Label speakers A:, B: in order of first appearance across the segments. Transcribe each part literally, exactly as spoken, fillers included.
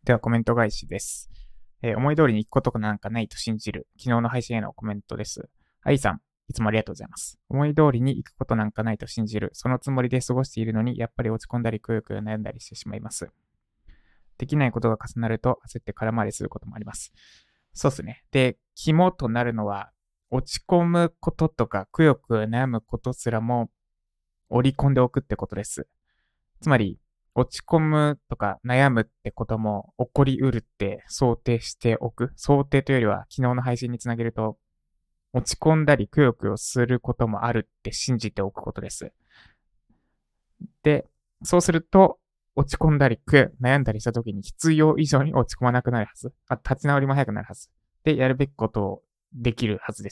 A: ではコメント返しです。えー思い通りに行くことなんかないと信じる。昨日の配信へのコメントです。愛さん、いつもありがとうございます。思い通りに行くことなんかないと信じる。そのつもりで過ごしているのに、やっぱり落ち込んだりくよくよ悩んだりしてしまいます。できないことが重なると焦って空回りすることもあります。そうですね。で、肝となるのは、落ち込むこととか、くよくよ悩むことすらも織り込んでおくってことです。つまり、落ち込むとか悩むってことも起こりうるって想定しておく。想定というよりは昨日の配信につなげると、落ち込んだりくよくよすることもあるって信じておくことです。で、そうすると、落ち込んだりくよ悩んだりした時に必要以上に落ち込まなくなるはず。あ、立ち直りも早くなるはず。で、やるべきことをできるはずです。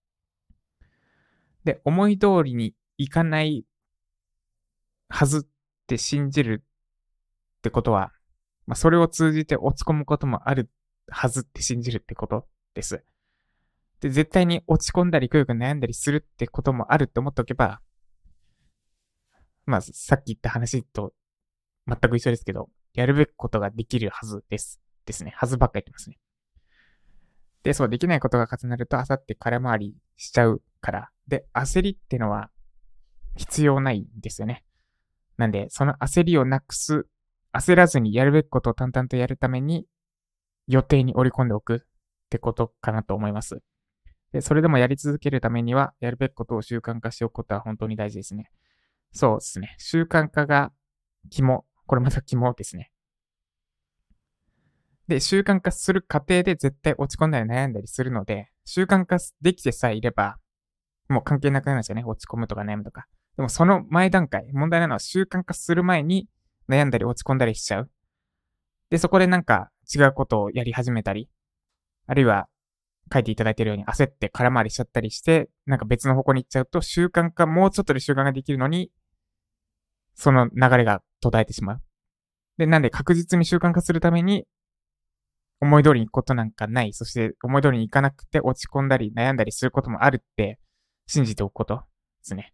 A: で、思い通りにいかないはずって信じるってことは、まあ、それを通じて落ち込むこともあるはずって信じるってことです。で、絶対に落ち込んだりくよく悩んだりするってこともあるって思っておけば、まあ、さっき言った話と全く一緒ですけど、やるべきことができるはずです。ですね。はずばっか言ってますね。で、そう、できないことが重なると、あさって空回りしちゃうから。で、焦りってのは必要ないんですよね。なんで、その焦りをなくす、焦らずにやるべきことを淡々とやるために、予定に織り込んでおくってことかなと思います。で、それでもやり続けるためには、やるべきことを習慣化しておくことは本当に大事ですね。そうですね。習慣化が肝。これまた肝ですね。で、習慣化する過程で絶対落ち込んだり悩んだりするので、習慣化できてさえいれば、もう関係なくなるんですよね。落ち込むとか悩むとか。でもその前段階、問題なのは習慣化する前に悩んだり落ち込んだりしちゃう。で、そこでなんか違うことをやり始めたり、あるいは書いていただいているように焦って空回りしちゃったりして、なんか別の方向に行っちゃうと習慣化、もうちょっとで習慣ができるのに、その流れが途絶えてしまう。で、なんで確実に習慣化するために、思い通りに行くことなんかない。そして思い通りに行かなくて落ち込んだり悩んだりすることもあるって信じておくことですね。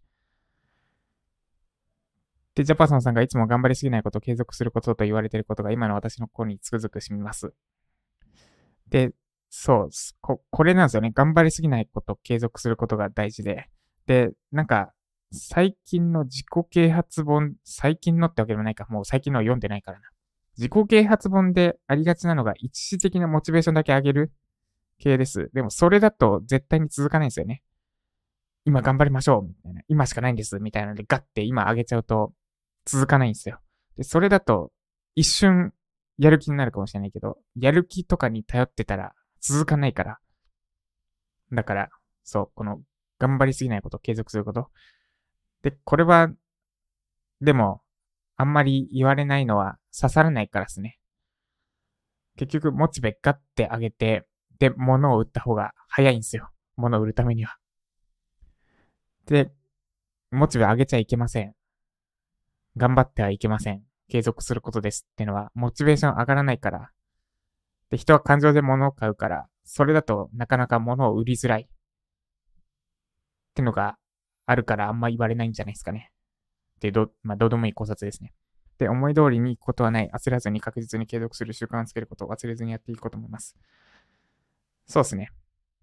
A: で、ジャパソンさんがいつも頑張りすぎないことを継続することと言われていることが今の私の心につくづくしみます。で、そうこ、これなんですよね。頑張りすぎないことを継続することが大事で。で、なんか、最近の自己啓発本、最近のってわけでもないか、もう最近のは読んでないからな。自己啓発本でありがちなのが一時的なモチベーションだけ上げる系です。でもそれだと絶対に続かないんですよね。今頑張りましょうみたいな。今しかないんです。みたいなのでガッて今上げちゃうと続かないんですよ。で、それだと一瞬やる気になるかもしれないけど、やる気とかに頼ってたら続かないから。だから、そう、この頑張りすぎないことを継続すること。で、これは、でも、あんまり言われないのは刺さらないからですね。結局、モチベガッて上げて、で、物を売った方が早いんですよ。物を売るためには。で、モチベ上げちゃいけません。頑張ってはいけません。継続することですっていうのは、モチベーション上がらないから。で、人は感情で物を買うから、それだとなかなか物を売りづらい。ってのがあるからあんま言われないんじゃないですかね。で、ど、まあ、どうでもいい考察ですね。で、思い通りに行くことはない。焦らずに確実に継続する習慣をつけることを忘れずにやっていくこともいます。そうですね。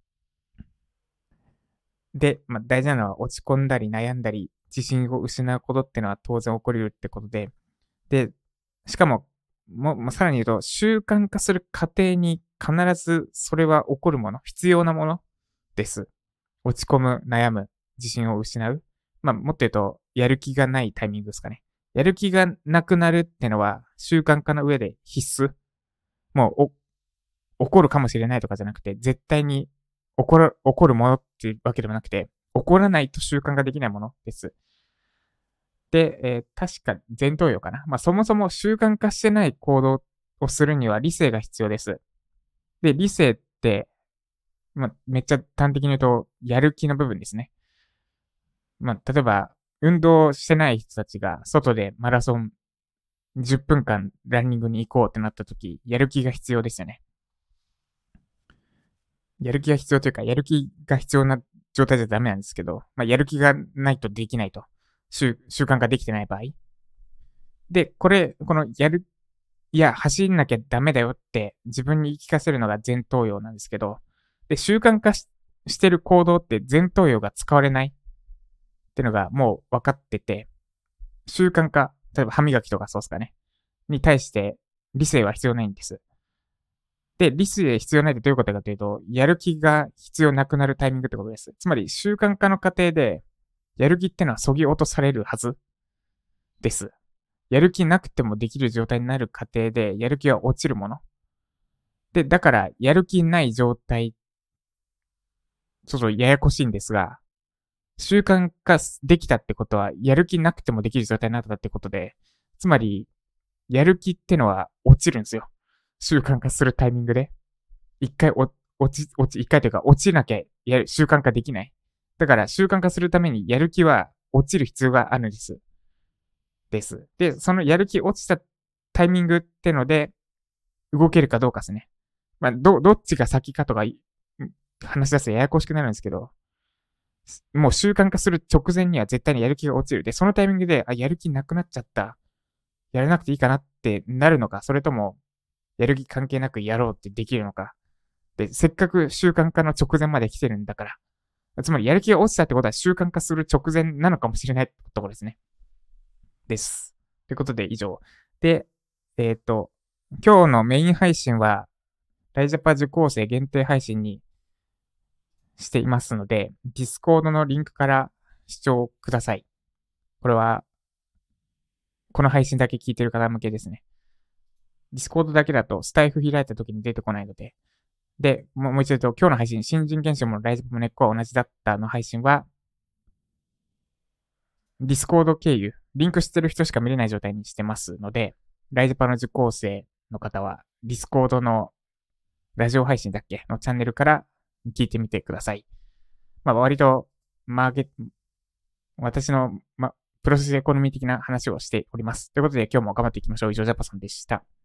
A: で、まあ、大事なのは落ち込んだり悩んだり、自信を失うことってのは当然起こり得るってことで、で、しかも、も、もうさらに言うと、習慣化する過程に必ずそれは起こるもの、必要なものです。落ち込む、悩む、自信を失う。まあ、もっと言うと、やる気がないタイミングですかね。やる気がなくなるってのは、習慣化の上で必須。もう、起こるかもしれないとかじゃなくて、絶対に起こる、起こるものっていうわけでもなくて、起こらないと習慣ができないものです。で、えー確か前頭葉かな。まあ、そもそも習慣化してない行動をするには理性が必要です。で、理性って、まあ、めっちゃ端的に言うと、やる気の部分ですね。まあ、例えば、運動してない人たちが外でマラソンじゅっぷんかんランニングに行こうってなった時、やる気が必要ですよね。やる気が必要というか、やる気が必要な状態じゃダメなんですけど、まあ、やる気がないとできないと。習習慣ができてない場合。で、これ、このやる、 いや、走んなきゃダメだよって自分に言い聞かせるのが前頭葉なんですけど、で、習慣化ししてる行動って前頭葉が使われないっていうのがもう分かってて、習慣化、例えば歯磨きとかそうですかね、に対して理性は必要ないんです。で、理性必要ないってどういうことかというと、やる気が必要なくなるタイミングってことです。つまり習慣化の過程で、やる気ってのは削ぎ落とされるはずです。やる気なくてもできる状態になる過程で、やる気は落ちるもの。で、だから、やる気ない状態、ちょっとややこしいんですが、習慣化できたってことは、やる気なくてもできる状態になったってことで、つまり、やる気ってのは落ちるんですよ。習慣化するタイミングで。一回落ち、落ち、一回というか落ちなきゃやる、習慣化できない。だから習慣化するためにやる気は落ちる必要があるんです。です。で、そのやる気落ちたタイミングってので、動けるかどうかですね。まあ、ど、どっちが先かとか話し出すとややこしくなるんですけど、もう習慣化する直前には絶対にやる気が落ちる。で、そのタイミングで、あ、やる気なくなっちゃった。やらなくていいかなってなるのか、それとも、やる気関係なくやろうってできるのか。で、せっかく習慣化の直前まで来てるんだから。つまり、やる気が落ちたってことは習慣化する直前なのかもしれないってところですね。です。ということで、以上。で、えっ、ー、と、今日のメイン配信は、ライジャパ受講生限定配信にしていますので、Discord のリンクから視聴ください。これは、この配信だけ聞いてる方向けですね。Discord だけだとスタイフ開いた時に出てこないので。で、もう一度言うと、今日の配信、新人研修もライジャパも根っこは同じだったの配信は、Discord 経由、リンクしてる人しか見れない状態にしてますので、ライジャパの受講生の方は、Discord のラジオ配信だっけのチャンネルから聞いてみてください。まあ、割と、マーケット、私の、ま、プロセスエコノミー的な話をしております。ということで今日も頑張っていきましょう。以上、ジャパさんでした。